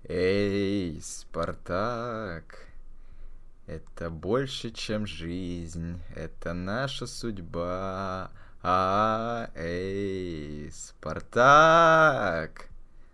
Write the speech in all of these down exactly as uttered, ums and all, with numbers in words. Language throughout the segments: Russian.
Эй, Спартак, это больше, чем жизнь, это наша судьба. А, эй, Спартак.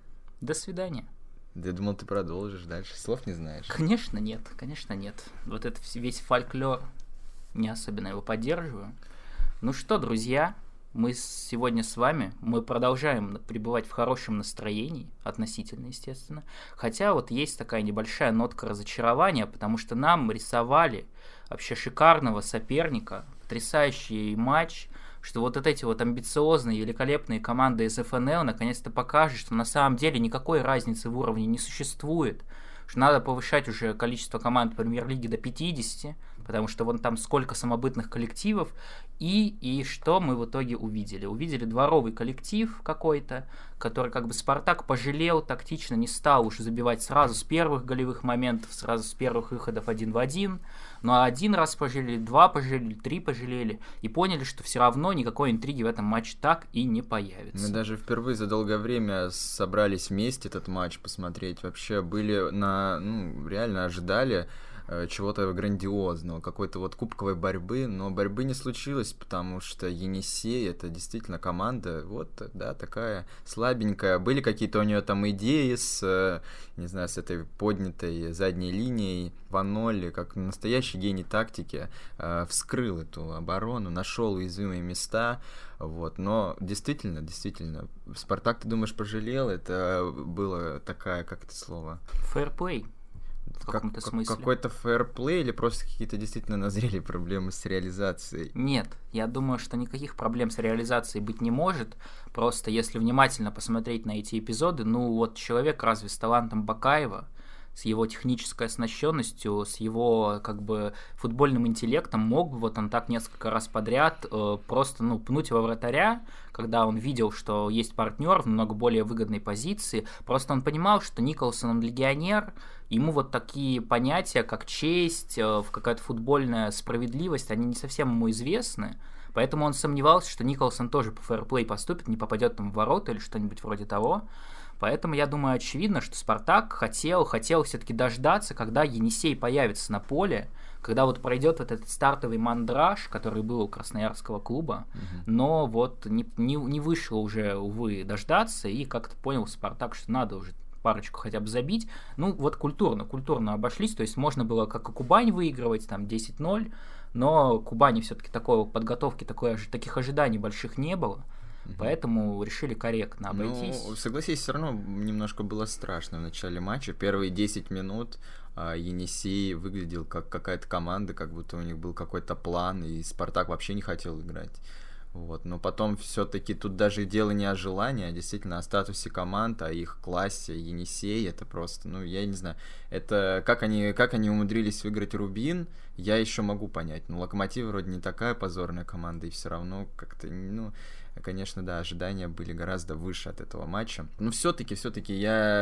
До свидания. Да я думал, ты продолжишь дальше. Слов не знаешь. Конечно нет, конечно нет. Вот это весь фольклор, не особенно его поддерживаю. Ну что, друзья, мы сегодня с вами, мы продолжаем пребывать в хорошем настроении, относительно, естественно. Хотя вот есть такая небольшая нотка разочарования, потому что нам рисовали вообще шикарного соперника, потрясающий матч, что вот эти вот амбициозные, великолепные команды из эф эн эл наконец-то покажут, что на самом деле никакой разницы в уровне не существует, что надо повышать уже количество команд премьер-лиги до пятидесяти, потому что вон там сколько самобытных коллективов, и, и что мы в итоге увидели? Увидели дворовый коллектив какой-то, который как бы Спартак пожалел, тактично не стал уж забивать сразу с первых голевых моментов, сразу с первых выходов один в один, ну а один раз пожалели, два пожалели, три пожалели, и поняли, что все равно никакой интриги в этом матче так и не появится. Мы даже впервые за долгое время собрались вместе этот матч посмотреть, вообще были на, ну, реально ожидали чего-то грандиозного, какой-то вот кубковой борьбы, но борьбы не случилось, потому что Енисей — это действительно команда, вот, да, такая слабенькая. Были какие-то у нее там идеи с, не знаю, с этой поднятой задней линией. Ванолли, как настоящий гений тактики, вскрыл эту оборону, нашел уязвимые места, вот, но действительно, действительно, Спартак, ты думаешь, пожалел? Это было такая, как это слово? Фэрплей. В каком-то как, смысле. Какой-то фэрплей или просто какие-то действительно назрели проблемы с реализацией? Нет, я думаю, что никаких проблем с реализацией быть не может. Просто если внимательно посмотреть на эти эпизоды, ну вот человек разве с талантом Бакаева, с его технической оснащенностью, с его как бы футбольным интеллектом мог бы вот он так несколько раз подряд э, просто ну, пнуть во вратаря, когда он видел, что есть партнер в намного более выгодной позиции. Просто он понимал, что Николсон он легионер, ему вот такие понятия, как честь, э, какая-то футбольная справедливость, они не совсем ему известны. Поэтому он сомневался, что Николсон тоже по фэрплей поступит, не попадет там в ворота или что-нибудь вроде того. Поэтому я думаю, очевидно, что Спартак хотел, хотел все-таки дождаться, когда Енисей появится на поле, когда вот пройдет вот этот стартовый мандраж, который был у красноярского клуба, угу. но вот не, не, не вышло уже, увы, дождаться, и как-то понял Спартак, что надо уже парочку хотя бы забить. Ну, вот культурно, культурно обошлись, то есть можно было как и Кубань выигрывать, там, десять ноль, но Кубани все-таки такой подготовки, такой, таких ожиданий больших не было. Uh-huh. Поэтому решили корректно обойтись. Ну, согласись, все равно немножко было страшно в начале матча. Первые десять минут а, Енисей выглядел как какая-то команда, как будто у них был какой-то план, и Спартак вообще не хотел играть. Вот. Но потом все-таки тут даже дело не о желании, а действительно о статусе команд, о их классе. Енисей — это просто, ну, я не знаю, это как они, как они умудрились выиграть Рубин, я еще могу понять. Но Локомотив вроде не такая позорная команда, и все равно как-то, ну... Конечно, да, ожидания были гораздо выше от этого матча. Но все-таки, все-таки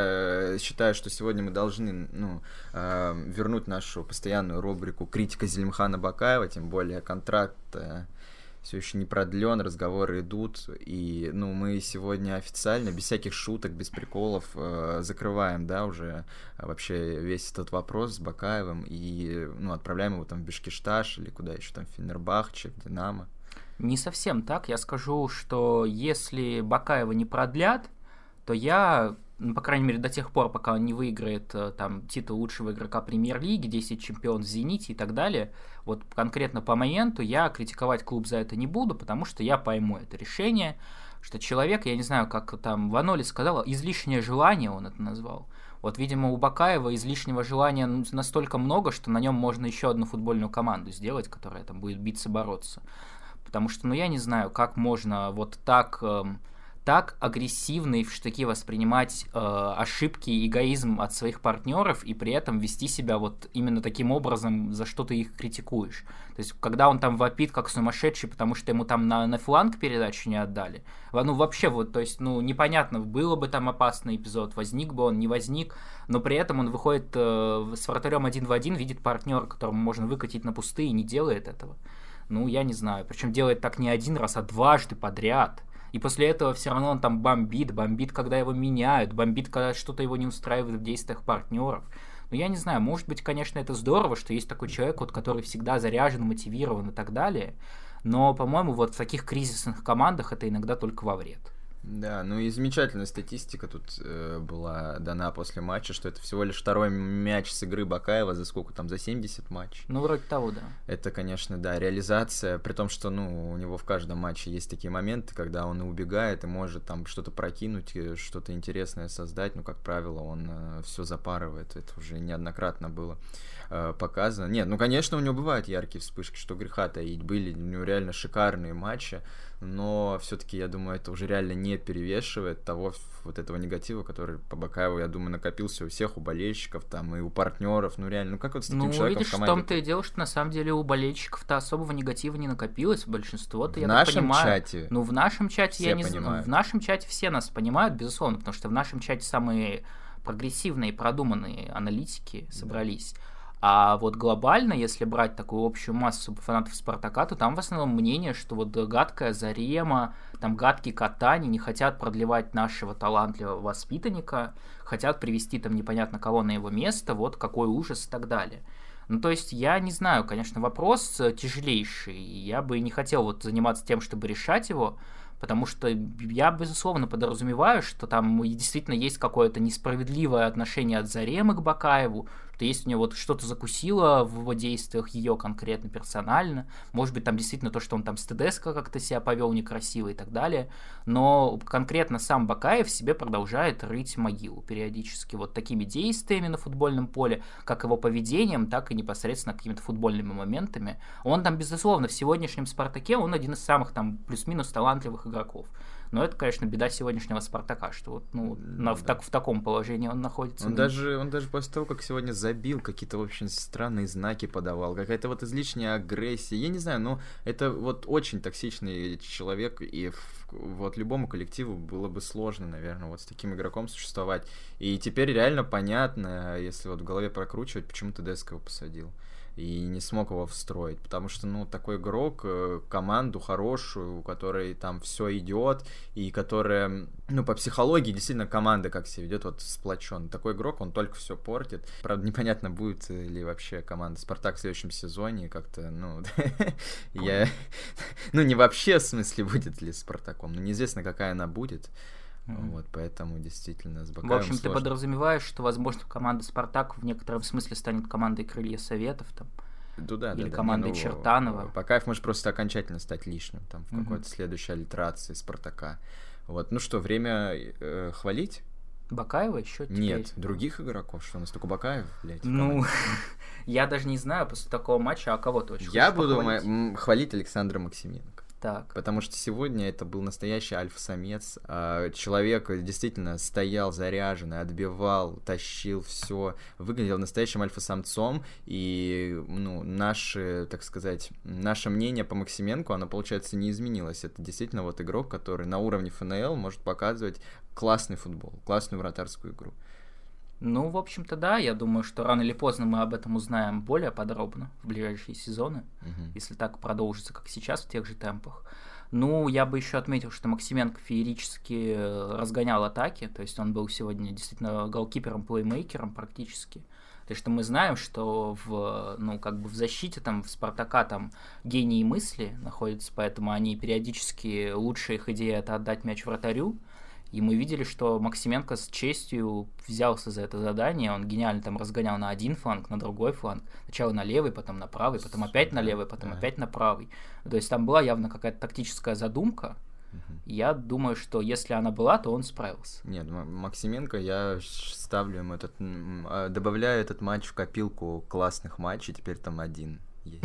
я считаю, что сегодня мы должны, ну, э, вернуть нашу постоянную рубрику «Критика Зелимхана Бакаева», тем более контракт э, все еще не продлен, разговоры идут, и, ну, мы сегодня официально, без всяких шуток, без приколов, э, закрываем, да, уже вообще весь этот вопрос с Бакаевым и, ну, отправляем его там в Бешикташ или куда еще там, в Фенербахче, в Динамо. Не совсем так. Я скажу, что если Бакаева не продлят, то я, ну, по крайней мере, до тех пор, пока он не выиграет там титул лучшего игрока премьер-лиги, десять чемпион в «Зените» и так далее, вот конкретно по моменту я критиковать клуб за это не буду, потому что я пойму это решение, что человек, я не знаю, как там Ванолли сказал, излишнее желание он это назвал. Вот, видимо, у Бакаева излишнего желания настолько много, что на нем можно еще одну футбольную команду сделать, которая там будет биться, бороться. Потому что, ну, я не знаю, как можно вот так, э, так агрессивно и в штыки воспринимать э, ошибки и эгоизм от своих партнеров и при этом вести себя вот именно таким образом, за что ты их критикуешь. То есть, когда он там вопит как сумасшедший, потому что ему там на, на фланг передачу не отдали. Ну, вообще, вот, то есть, ну, непонятно, было бы там опасный эпизод, возник бы он, не возник, но при этом он выходит э, с вратарем один в один, видит партнера, которому можно выкатить на пустые, и не делает этого. Ну, я не знаю. Причем делает так не один раз, а дважды подряд. И после этого все равно он там бомбит, бомбит, когда его меняют, бомбит, когда что-то его не устраивает в действиях партнеров. Но я не знаю, может быть, конечно, это здорово, что есть такой человек, вот, который всегда заряжен, мотивирован и так далее. Но, по-моему, вот в таких кризисных командах это иногда только во вред. Да, ну и замечательная статистика тут э, была дана после матча, что это всего лишь второй мяч с игры Бакаева за сколько там, за семьдесят матчей. Ну, вроде того, да. Это, конечно, да, реализация, при том, что, ну, у него в каждом матче есть такие моменты, когда он и убегает, и может там что-то прокинуть, что-то интересное создать, ну, как правило, он э, все запарывает, это уже неоднократно было э, показано. Нет, ну, конечно, у него бывают яркие вспышки, что греха таить, были у него реально шикарные матчи, но все-таки, я думаю, это уже реально не перевешивает того вот этого негатива, который по Бакаеву, я думаю, накопился у всех, у болельщиков, там, и у партнеров, ну реально, ну как вот с таким ну, человеком видишь, в команде? в том-то и дело, что на самом деле у болельщиков-то особого негатива не накопилось, большинство-то, в я нашем так понимаю. чате Ну, в нашем чате, все я не понимают. знаю, в нашем чате все нас понимают, безусловно, потому что в нашем чате самые прогрессивные, продуманные аналитики собрались. Да. А вот глобально, если брать такую общую массу фанатов Спартака, то там в основном мнение, что вот гадкая Зарема, там гадкий Катани не хотят продлевать нашего талантливого воспитанника, хотят привести там непонятно кого на его место, вот какой ужас и так далее. Ну, то есть, я не знаю, конечно, вопрос тяжелейший, я бы не хотел вот заниматься тем, чтобы решать его, потому что я, безусловно, подразумеваю, что там действительно есть какое-то несправедливое отношение от Заремы к Бакаеву, что есть у него вот что-то закусило в его действиях ее конкретно персонально, может быть, там действительно то, что он там с ТДСК как-то себя повел некрасиво и так далее, но конкретно сам Бакаев себе продолжает рыть могилу периодически вот такими действиями на футбольном поле, как его поведением, так и непосредственно какими-то футбольными моментами. Он там, безусловно, в сегодняшнем Спартаке, он один из самых там плюс-минус талантливых игроков. Но это, конечно, беда сегодняшнего Спартака, что вот, ну, на, в, так, в таком положении он находится. Он даже, он даже после того, как сегодня забил, какие-то, в общем, странные знаки подавал, какая-то вот излишняя агрессия. Я не знаю, но это вот очень токсичный человек, и вот любому коллективу было бы сложно, наверное, вот с таким игроком существовать. И теперь реально понятно, если вот в голове прокручивать, почему ТДСК его посадил и не смог его встроить, потому что, ну, такой игрок, команду хорошую, у которой там все идет, и которая, ну, по психологии действительно команда как себя ведет, вот сплочен. Такой игрок, он только все портит. Правда, непонятно, будет ли вообще команда Спартак в следующем сезоне, как-то, ну, я, ну, не вообще, в смысле, будет ли Спартаком, но неизвестно, какая она будет. Mm-hmm. Вот, поэтому действительно с Бакаевым В общем, сложно. Ты подразумеваешь, что, возможно, команда «Спартак» в некотором смысле станет командой «Крылья Советов», там, ну, да, или да, командой да. Не, ну, Чертанова. Бакаев может просто окончательно стать лишним там, в mm-hmm. какой-то следующей аллитерации «Спартака». Вот, ну что, время э, хвалить? Бакаева еще теперь? Нет, других игроков, что у нас только Бакаев, блядь. Ну, я даже не знаю после такого матча, а кого ты очень Я буду похвалить? м- хвалить Александра Максименко. Так. Потому что сегодня это был настоящий альфа-самец. Человек действительно стоял заряженный, отбивал, тащил все, выглядел настоящим альфа-самцом. И, ну, наше, так сказать, наше мнение по Максименко, оно, получается, не изменилось. Это действительно вот игрок, который на уровне эф эн эл может показывать классный футбол, классную вратарскую игру. Ну, в общем-то, да, я думаю, что рано или поздно мы об этом узнаем более подробно в ближайшие сезоны, угу. если так продолжится, как сейчас, в тех же темпах. Ну, я бы еще отметил, что Максименко феерически разгонял атаки, то есть он был сегодня действительно голкипером-плеймейкером практически. То есть что мы знаем, что в, ну, как бы в защите там, в Спартака там гении мысли находятся, поэтому они периодически, лучшая их идея — это отдать мяч вратарю. И мы видели, что Максименко с честью взялся за это задание, он гениально там разгонял на один фланг, на другой фланг, сначала на левый, потом на правый, потом опять на левый, потом да. опять на правый. То есть там была явно какая-то тактическая задумка. Угу. Я думаю, что если она была, то он справился. Нет, Максименко, я ставлю ему этот, добавляю этот матч в копилку классных матчей, теперь там один есть.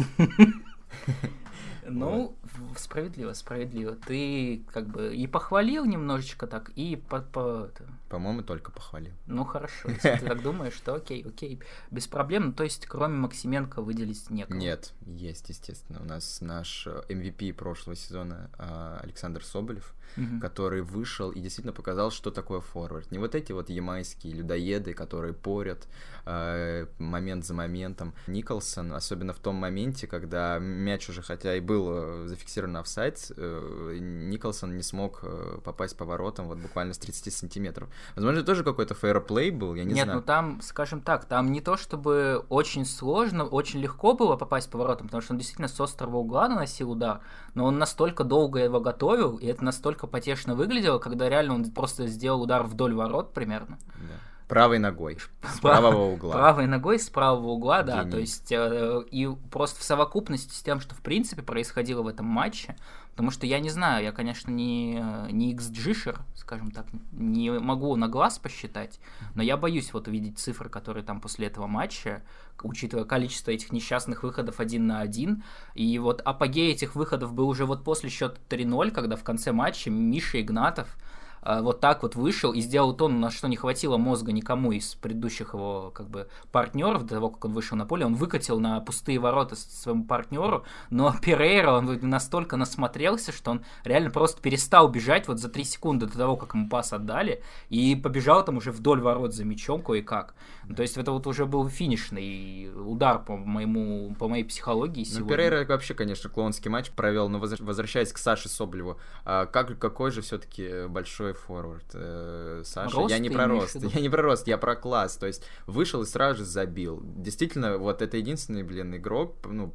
Ну, вот. справедливо, справедливо. Ты как бы и похвалил немножечко так, и по... по это... По-моему, только похвалил. Ну, хорошо. Если ты так думаешь, то окей, окей. Без проблем. Ну, то есть, кроме Максименко выделить некого. Нет, есть, естественно. У нас наш эм ви пи прошлого сезона Александр Соболев, угу. который вышел и действительно показал, что такое форвард. Не вот эти вот ямайские людоеды, которые порят э, момент за моментом. Николсон, особенно в том моменте, когда мяч уже, хотя и был зафиксирован на офсайд, Николсон не смог попасть по воротам вот буквально с тридцати сантиметров. Возможно, это тоже какой-то фейерплей был, я не Нет, знаю. Нет, ну там, скажем так, там не то чтобы очень сложно, очень легко было попасть по воротам, потому что он действительно с острого угла наносил удар, но он настолько долго его готовил, и это настолько потешно выглядело, когда реально он просто сделал удар вдоль ворот примерно. Да. Правой ногой, с правого угла. Правой ногой с правого угла, да, Гений. То есть э, и просто в совокупности с тем, что в принципе происходило в этом матче, потому что я не знаю, я, конечно, не, не икс джи-шер, скажем так, не могу на глаз посчитать, но я боюсь вот увидеть цифры, которые там после этого матча, учитывая количество этих несчастных выходов один на один, и вот апогей этих выходов был уже вот после счета три ноль, когда в конце матча Миша Игнатов вот так вот вышел и сделал то, на что не хватило мозга никому из предыдущих его как бы партнеров до того, как он вышел на поле. Он выкатил на пустые ворота своему партнеру, но Перейра, он настолько насмотрелся, что он реально просто перестал бежать вот за три секунды до того, как ему пас отдали, и побежал там уже вдоль ворот за мячом кое-как. То есть это вот уже был финишный удар по моему, по моей психологии сегодня. Ну, Перейра вообще, конечно, клоунский матч провел, но возвращаясь к Саше Соболеву, а как, какой же все-таки большой форвард э, Саша? Рост я не про рост, я не про рост, я про класс, то есть вышел и сразу же забил. Действительно, вот это единственный, блин, игрок, ну,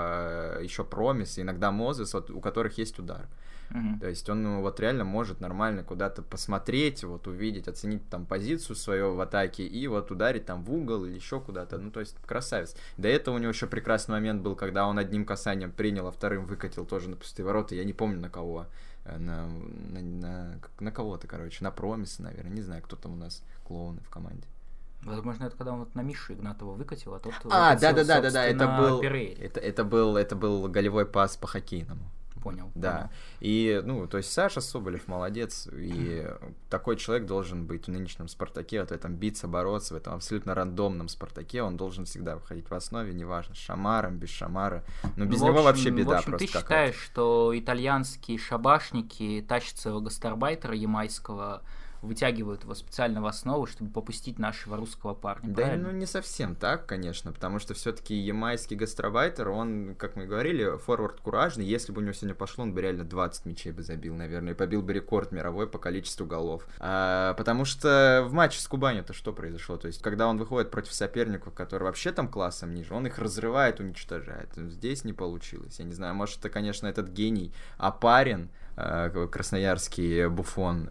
по еще Промис, иногда Мозес, вот, у которых есть удар. Uh-huh. То есть он ну, вот реально может нормально куда-то посмотреть, вот увидеть, оценить там позицию свою в атаке и вот ударить там в угол или еще куда-то. Ну, то есть красавец. До этого у него еще прекрасный момент был, когда он одним касанием принял, а вторым выкатил тоже на пустые ворота. Я не помню на кого. На, на, на, на кого-то, короче. На Промиса, наверное. Не знаю, кто там у нас клоуны в команде. Возможно, это когда он вот на Мишу Игнатова выкатил, а тот А, да-да-да-да, это был, это, это был это был голевой пас по хоккейному. Понял. Да. Понял. И, ну, то есть Саша Соболев молодец, и такой человек должен быть в нынешнем Спартаке, вот в этом биться, бороться, в этом абсолютно рандомном Спартаке, он должен всегда выходить в основе, неважно, с Шамаром, без Шамара, но без ну, него общем, вообще беда в общем, просто ты какая-то. считаешь, что итальянские шабашники тащат своего гастарбайтера ямайского, вытягивают его специально в основу, чтобы попустить нашего русского парня, Да, правильно? ну не совсем так, конечно, потому что все-таки ямайский гастарбайтер, он, как мы говорили, форвард куражный, если бы у него сегодня пошло, он бы реально двадцать мячей бы забил, наверное, и побил бы рекорд мировой по количеству голов. А, потому что в матче с Кубанью-то что произошло? То есть, когда он выходит против соперников, которые вообще там классом ниже, он их разрывает, уничтожает. Здесь не получилось. Я не знаю, может, это, конечно, этот гений Апарин, красноярский Буфон,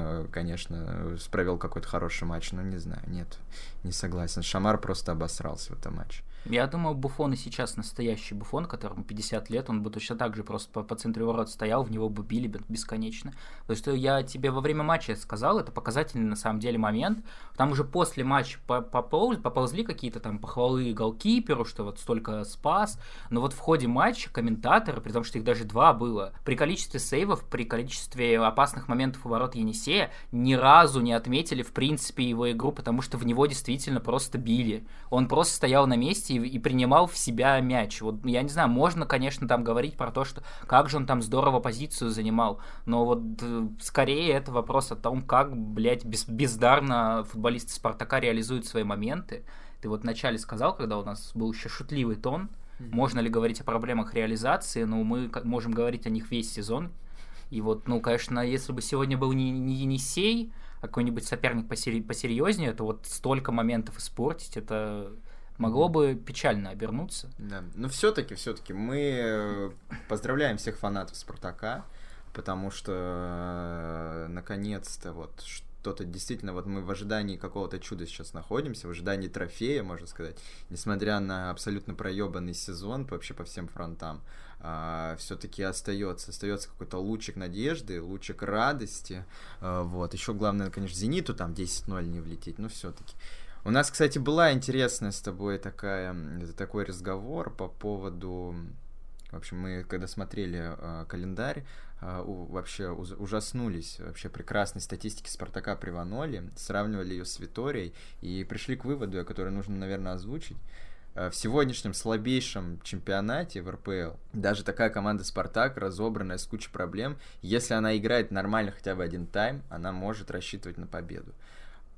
конечно, провел какой-то хороший матч, но не знаю, нет, не согласен. Шамар просто обосрался в этом матче. Я думаю, Буфон и сейчас настоящий Буфон, которому пятьдесят лет, он бы точно так же просто по, по центру ворот стоял, в него бы били бесконечно. То есть я тебе во время матча сказал, это показательный на самом деле момент. Там уже после матча поползли, поползли какие-то там похвалы голкиперу, что вот столько спас, но вот в ходе матча комментаторы, при том, что их даже два было, при количестве сейвов, при количестве опасных моментов у ворот Енисея ни разу не отметили в принципе его игру, потому что в него действительно просто били. Он просто стоял на месте и принимал в себя мяч. Вот я не знаю, можно, конечно, там говорить про то, что как же он там здорово позицию занимал, но вот скорее это вопрос о том, как, блядь, без, бездарно футболисты Спартака реализуют свои моменты. Ты вот вначале сказал, когда у нас был еще шутливый тон, mm-hmm. можно ли говорить о проблемах реализации, но мы можем говорить о них весь сезон. И вот, ну, конечно, если бы сегодня был не, не Енисей, а какой-нибудь соперник посери- посерьезнее, то вот столько моментов испортить, это могло бы печально обернуться. Да, но все-таки, все-таки мы поздравляем всех фанатов Спартака, потому что наконец-то вот что-то действительно, вот мы в ожидании какого-то чуда сейчас находимся, в ожидании трофея, можно сказать, несмотря на абсолютно проебанный сезон вообще по всем фронтам, а, все-таки остается, остается какой-то лучик надежды, лучик радости, а, вот, еще главное, конечно, Зениту там десять ноль не влететь, но все-таки. У нас, кстати, была интересная с тобой такая, такой разговор по поводу... В общем, мы, когда смотрели э, календарь, э, у, вообще уз, ужаснулись вообще прекрасной статистики Спартака при Ваноле, сравнивали ее с Виторией и пришли к выводу, который нужно, наверное, озвучить. Э, в сегодняшнем слабейшем чемпионате в эр пэ эл даже такая команда Спартак, разобранная с кучей проблем, если она играет нормально хотя бы один тайм, она может рассчитывать на победу.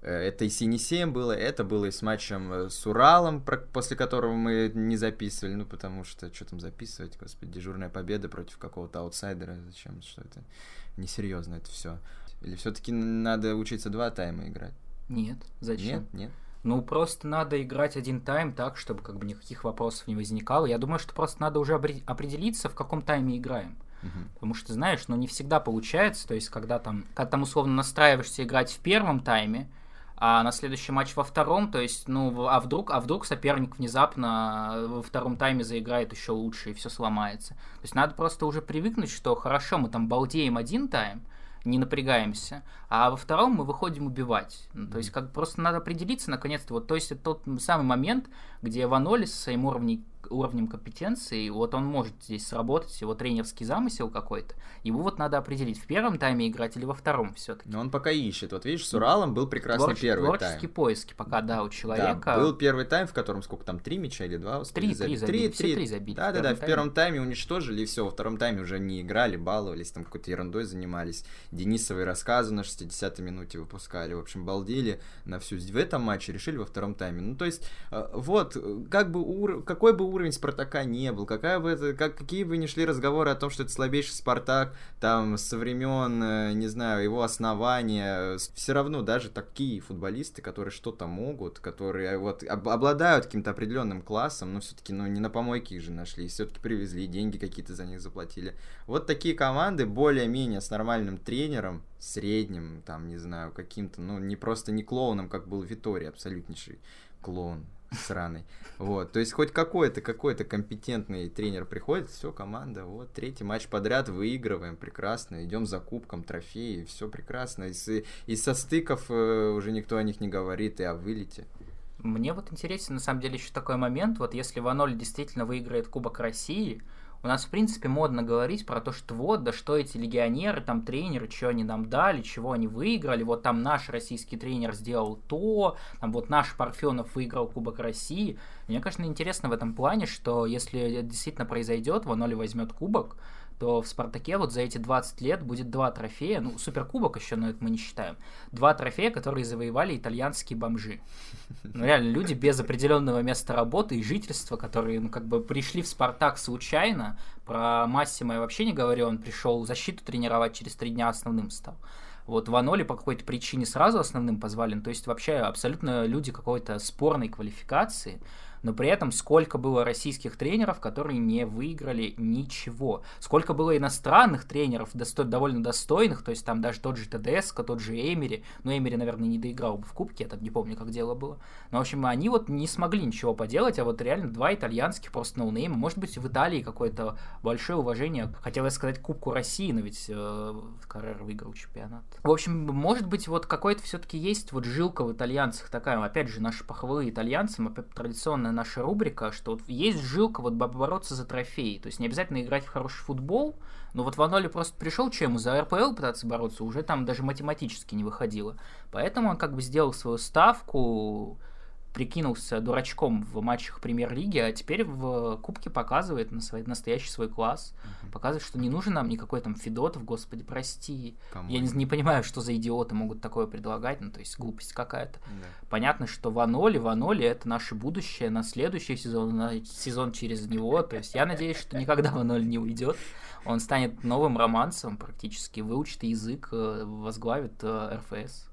Это и с Енисеем было, это было и с матчем с Уралом, после которого мы не записывали, ну, потому что, что там записывать, господи, дежурная победа против какого-то аутсайдера, зачем, что это, несерьезно это все. Или все-таки надо учиться два тайма играть? Нет, зачем? Нет, нет. Ну, просто надо играть один тайм так, чтобы как бы никаких вопросов не возникало. Я думаю, что просто надо уже определиться, в каком тайме играем. Uh-huh. Потому что, знаешь, ну, не всегда получается, то есть, когда там, когда там условно настраиваешься играть в первом тайме, а на следующий матч во втором, то есть, ну, а вдруг, а вдруг соперник внезапно во втором тайме заиграет еще лучше, и все сломается. То есть, надо просто уже привыкнуть, что хорошо, мы там балдеем один тайм, не напрягаемся, а во втором мы выходим убивать. Ну, то есть, как просто надо определиться, наконец-то, вот, то есть, это тот самый момент, где Ваноли со своим уровнем, уровнем компетенции, вот он может здесь сработать, его тренерский замысел какой-то, его вот надо определить, в первом тайме играть или во втором все-таки. Но он пока ищет, вот видишь, с Уралом был прекрасный Творче- первый тайм. Творческие поиски пока, да, у человека. Да, был первый тайм, в котором сколько там, три мяча или два? Три, три забили, все три забили. Да-да-да, в первом тайме уничтожили, и все, во втором тайме уже не играли, баловались, там какой-то ерундой занимались, Денисовые рассказы на шестидесятой минуте выпускали, в общем, балдели на всю. В этом матче решили во втором тайме. Ну, то есть, вот, как бы, ур... какой бы уровень Спартака не был, какая бы это, как, какие бы ни шли разговоры о том, что это слабейший Спартак, там, со времен, не знаю, его основания, все равно даже такие футболисты, которые что-то могут, которые вот обладают каким-то определенным классом, но все-таки, ну, не на помойке их же нашли, все-таки привезли, деньги какие-то за них заплатили. Вот такие команды, более-менее с нормальным тренером, средним, там, не знаю, каким-то, ну, не просто не клоуном, как был Виторий, абсолютнейший клоун сраный. Вот, то есть хоть какой-то, какой-то компетентный тренер приходит, все, команда, вот, третий матч подряд выигрываем, прекрасно, идем за кубком, трофеи, все прекрасно, и, с, и со стыков э, уже никто о них не говорит, и о вылете. Мне вот интересен, на самом деле, еще такой момент, вот если Ваноли действительно выиграет Кубок России, у нас, в принципе, модно говорить про то, что вот, да что эти легионеры, там, тренеры, что они нам дали, чего они выиграли, вот там наш российский тренер сделал то, там вот наш Парфенов выиграл Кубок России. Мне, конечно, интересно в этом плане, что если это действительно произойдет, Ваноли возьмет кубок, то в «Спартаке» вот за эти двадцать лет будет два трофея, ну, суперкубок еще, но это мы не считаем, два трофея, которые завоевали итальянские бомжи. Ну, реально, люди без определенного места работы и жительства, которые, ну, как бы пришли в «Спартак» случайно, про Массимо я вообще не говорю, он пришел защиту тренировать, через три дня основным стал. Вот Ваноли по какой-то причине сразу основным позвали, ну, то есть вообще абсолютно люди какой-то спорной квалификации, но при этом сколько было российских тренеров, которые не выиграли ничего. Сколько было иностранных тренеров, досто- довольно достойных, то есть там даже тот же ТДСК, тот же Эмери, ну Эмери, наверное, не доиграл бы в кубке, я там не помню, как дело было. Но, в общем, они вот не смогли ничего поделать, а вот реально два итальянских просто ноунейма. Может быть, в Италии какое-то большое уважение, хотелось сказать, Кубку России, но ведь э, Каррер выиграл чемпионат. В общем, может быть, вот какой-то все-таки есть вот жилка в итальянцах такая, опять же, наши похвалы итальянцам, опять традиционная наша рубрика, что вот есть жилка вот бороться за трофеи, то есть не обязательно играть в хороший футбол, но вот Ваноли просто пришел, чем ему за эр пэ эл пытаться бороться, уже там даже математически не выходило. Поэтому он как бы сделал свою ставку, прикинулся дурачком в матчах премьер-лиги, а теперь в Кубке показывает на свой, настоящий свой класс, uh-huh. показывает, что не нужен нам никакой там Федотов, господи, прости. По-моему. Я не, не понимаю, что за идиоты могут такое предлагать, ну то есть глупость какая-то. Да. Понятно, что Ваноли, Ваноли это наше будущее на следующий сезон, на сезон через него, то есть я надеюсь, что никогда Ваноли не уйдет, он станет новым романсом практически, выучит язык, возглавит эр эф эс.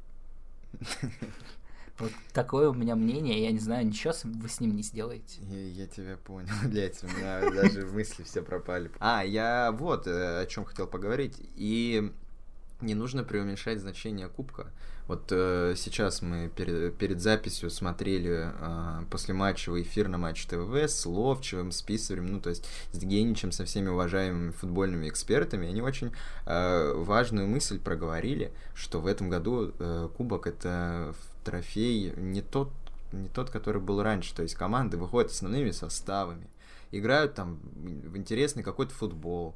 Вот такое у меня мнение, я не знаю, ничего вы с ним не сделаете. Я, я тебя понял, блять, у меня даже мысли все пропали. А, я вот о чем хотел поговорить, и не нужно преуменьшать значение кубка. Вот э, сейчас мы перед, перед записью смотрели э, послематчевый эфир на Матч ТВ с Ловчевым, с Писарем, ну, то есть с Геничем, со всеми уважаемыми футбольными экспертами. Они очень э, важную мысль проговорили, что в этом году э, кубок — это трофей не тот, не тот, который был раньше. То есть команды выходят основными составами, играют там в интересный какой-то футбол,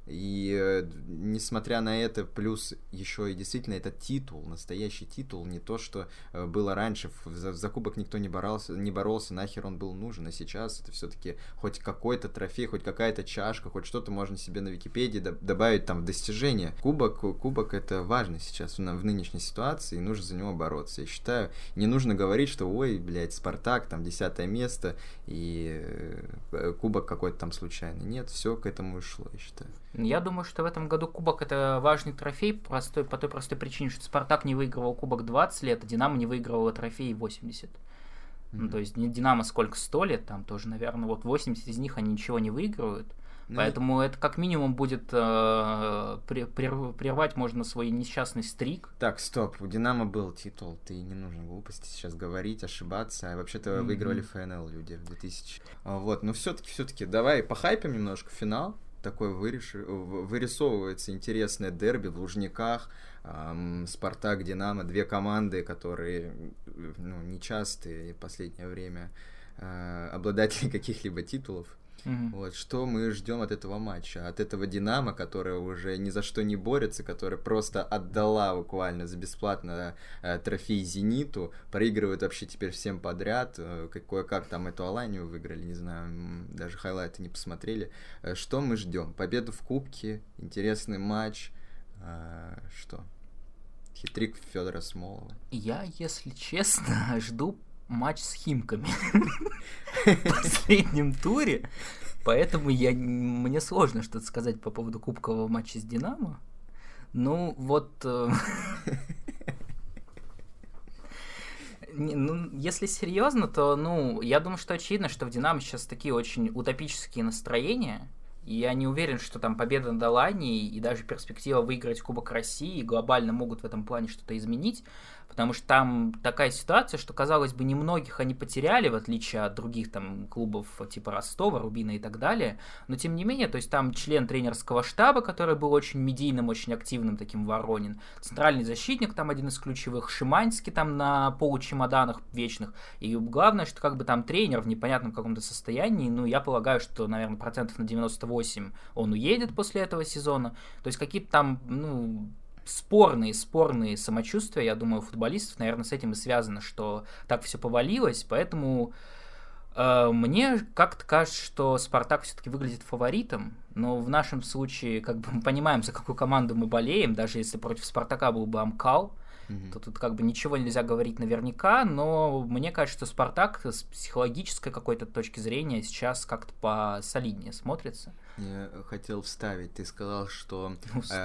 И э, несмотря на это, плюс еще и действительно это титул, настоящий титул, не то, что э, было раньше. За, за кубок никто не боролся, не боролся, нахер он был нужен. А сейчас это все-таки хоть какой-то трофей, хоть какая-то чашка, хоть что-то можно себе на Википедии до- добавить там в достижение. Кубок, кубок это важно сейчас в, в нынешней ситуации, и нужно за него бороться. Я считаю, не нужно говорить, что ой, блядь, Спартак, там десятое место, и э, кубок какой-то там случайный. Нет, все к этому и шло, я считаю. Я думаю, что в этом году кубок это важный трофей простой, по той простой причине, что Спартак не выигрывал кубок двадцать лет, а Динамо не выигрывала трофей восемьдесят. Mm-hmm. Ну, то есть Динамо сколько, сто лет, там тоже, наверное, вот восемьдесят из них они ничего не выигрывают. Mm-hmm. Поэтому это как минимум будет э, прервать можно свой несчастный стрик. Так, стоп, у Динамо был титул, ты не нужно глупости сейчас говорить, ошибаться, а вообще-то mm-hmm. выигрывали ФНЛ люди в двухтысячном. Вот, но все-таки, все-таки давай похайпим немножко финал. Такой выреш... вырисовывается интересное дерби в Лужниках, эм, Спартак, Динамо, две команды, которые ну, нечастые в последнее время э, обладатели каких-либо титулов. Mm-hmm. Вот, что мы ждем от этого матча? От этого Динамо, которая уже ни за что не борется, которая просто отдала буквально за бесплатно э, трофей Зениту, проигрывает вообще теперь всем подряд, э, кое-как там эту Аланию выиграли, не знаю, даже хайлайты не посмотрели. Э, что мы ждем? Победу в Кубке, интересный матч, э, что? Хитрик Федора Смолова. Я, если честно, жду матч с Химками в последнем туре, поэтому я, мне сложно что-то сказать по поводу кубкового матча с Динамо. Ну, вот... Ну, если серьезно, то, ну, я думаю, что очевидно, что в Динамо сейчас такие очень утопические настроения, и я не уверен, что там победа над Аланией и даже перспектива выиграть Кубок России глобально могут в этом плане что-то изменить, потому что там такая ситуация, что, казалось бы, немногих они потеряли, в отличие от других там клубов типа Ростова, Рубина и так далее, но тем не менее, то есть там член тренерского штаба, который был очень медийным, очень активным, таким Воронин, центральный защитник, там один из ключевых, Шиманский там на получемоданах вечных, и главное, что как бы там тренер в непонятном каком-то состоянии, ну, я полагаю, что, наверное, процентов на девяносто восемь он уедет после этого сезона, то есть какие-то там, ну... спорные, спорные самочувствия, я думаю, у футболистов, наверное, с этим и связано, что так все повалилось, поэтому э, мне как-то кажется, что Спартак все-таки выглядит фаворитом, но в нашем случае, как бы мы понимаем, за какую команду мы болеем, даже если против Спартака был бы Амкал, mm-hmm. то тут как бы ничего нельзя говорить наверняка, но мне кажется, что Спартак с психологической какой-то точки зрения сейчас как-то посолиднее смотрится. Я хотел вставить, ты сказал, что...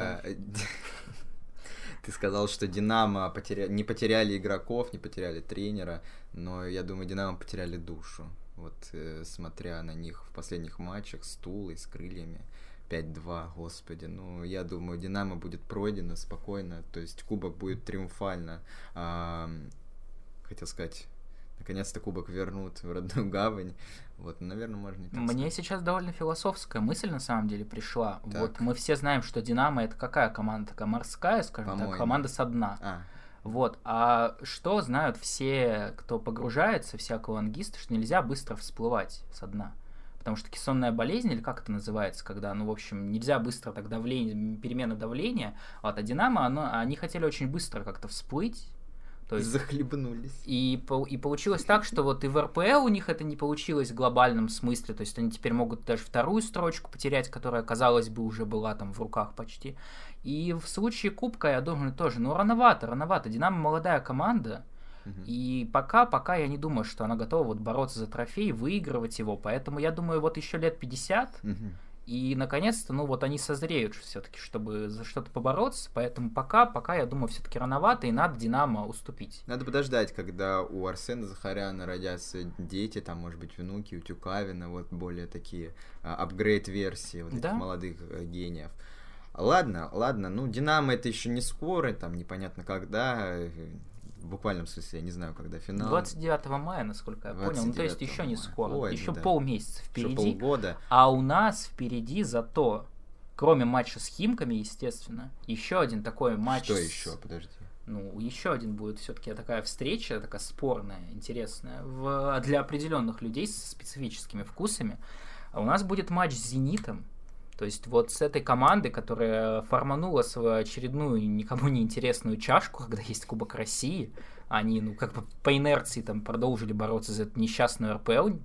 Ты сказал, что Динамо потеря... не потеряли игроков, не потеряли тренера, но я думаю, Динамо потеряли душу. Вот э, смотря на них в последних матчах с Тулой, с Крыльями, пять-два, господи, ну, я думаю, Динамо будет пройдено спокойно, то есть кубок будет триумфально. А, хотел сказать, наконец-то кубок вернут в родную гавань. Вот, наверное, можно и так Мне сказать. сейчас довольно философская мысль, на самом деле, пришла. Так. Вот мы все знаем, что Динамо — это какая команда? Такая морская, скажем По-моему. так, команда со дна. А. Вот. А что знают все, кто погружается, все аквалангисты, что нельзя быстро всплывать со дна? Потому что кессонная болезнь, или как это называется, когда, ну, в общем, нельзя быстро так давление, перемена давления. Вот, а Динамо, оно, они хотели очень быстро как-то всплыть. То есть, захлебнулись. И, и получилось так, что вот и в эр пэ эл у них это не получилось в глобальном смысле, то есть они теперь могут даже вторую строчку потерять, которая, казалось бы, уже была там в руках почти. И в случае Кубка, я думаю, тоже, ну, рановато, рановато. Динамо молодая команда, uh-huh. и пока, пока я не думаю, что она готова вот бороться за трофей, выигрывать его, поэтому я думаю, вот еще лет пятьдесят, uh-huh. и, наконец-то, ну, вот они созреют все-таки, чтобы за что-то побороться, поэтому пока, пока, я думаю, все-таки рановато, и надо Динамо уступить. Надо подождать, когда у Арсена Захаряна родятся дети, там, может быть, внуки, у Тюкавина, вот более такие а, апгрейд-версии вот этих да? молодых а, гениев. Ладно, ладно, ну, Динамо это еще не скоро, там, непонятно когда, в буквальном смысле, я не знаю, когда финал. двадцать девятого мая, насколько я понял, ну, то есть еще не скоро, Ой, еще да. полмесяца впереди. Еще полгода. А у нас впереди зато, кроме матча с Химками, естественно, еще один такой матч. Что с... еще? Подожди. Ну, еще один будет все-таки такая встреча, такая спорная, интересная, в... для определенных людей со специфическими вкусами. А у нас будет матч с Зенитом. То есть вот с этой командой, которая форманула свою очередную никому не интересную чашку, когда есть Кубок России, они, ну, как бы по инерции там продолжили бороться за эту несчастную эр пэ эл.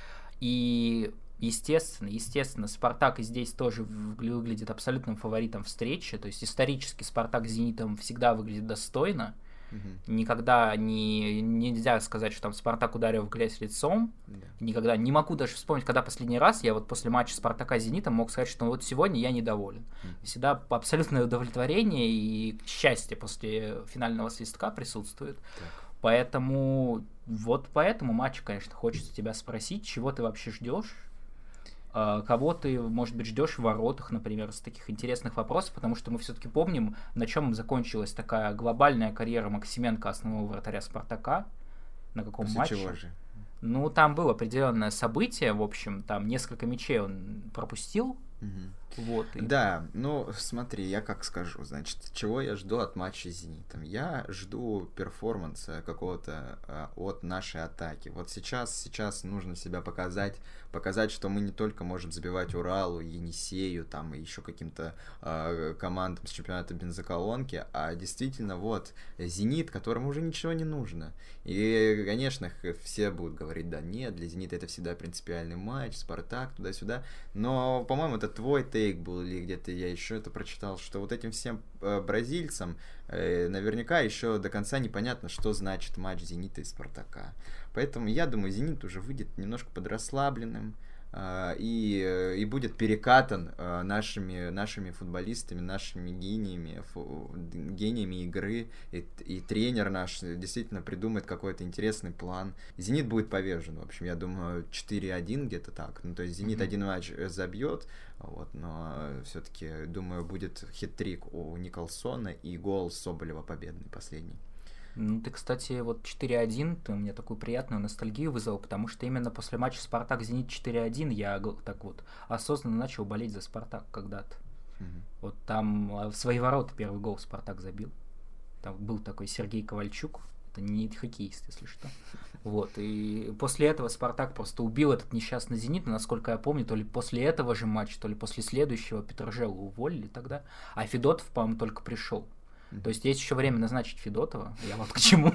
И, естественно, естественно, Спартак и здесь тоже выглядит абсолютным фаворитом встречи. То есть исторически Спартак с Зенитом всегда выглядит достойно. Угу. Никогда не, нельзя сказать, что там Спартак ударил в грязь лицом. Да. Никогда. Не могу даже вспомнить, когда последний раз я вот после матча Спартака с Зенитом мог сказать, что вот сегодня я недоволен. Угу. Всегда абсолютное удовлетворение и счастье после финального свистка присутствует. Так. Поэтому вот по этому матчу, конечно, хочется тебя спросить, чего ты вообще ждешь? Кого ты, может быть, ждешь в воротах, например, с таких интересных вопросов, потому что мы все-таки помним, на чем закончилась такая глобальная карьера Максименко, основного вратаря Спартака, на каком После матче. Чего же? Ну, там было определенное событие, в общем, там несколько мячей он пропустил. Угу. Вот, и... Да, ну смотри, я как скажу, значит, чего я жду от матча с Зенитом? Я жду перформанса какого-то э, от нашей атаки. Вот сейчас, сейчас нужно себя показать, показать, что мы не только можем забивать Уралу, Енисею, там и еще каким-то э, командам с чемпионата бензоколонки, а действительно вот Зенит, которому уже ничего не нужно. И, конечно, все будут говорить, да нет, для Зенита это всегда принципиальный матч, Спартак, туда-сюда, но, по-моему, это твой тейк был, или где-то я еще это прочитал, что вот этим всем э, бразильцам э, наверняка еще до конца непонятно, что значит матч Зенита и Спартака. Поэтому я думаю, Зенит уже выйдет немножко подрасслабленным э, и, и будет перекатан э, нашими, нашими футболистами, нашими гениями, фу, гениями игры, и, и тренер наш действительно придумает какой-то интересный план. Зенит будет повержен, в общем, я думаю, четыре один где-то так. Ну, то есть Зенит mm-hmm. один матч забьет, вот, но все-таки, думаю, будет хет-трик у Николсона и гол Соболева победный, последний. Ну, ты, кстати, вот четыре один, ты у меня такую приятную ностальгию вызвал, потому что именно после матча Спартак-Зенит четыре один я так вот осознанно начал болеть за Спартак когда-то. Mm-hmm. Вот там в свои ворота первый гол Спартак забил. Там был такой Сергей Ковальчук, это не хоккеист, если что. Вот, и после этого Спартак просто убил этот несчастный Зенит, но, насколько я помню, то ли после этого же матча, то ли после следующего Петрожелу уволили тогда, а Федотов, по-моему, только пришел. Mm-hmm. То есть есть еще время назначить Федотова, я вот к чему.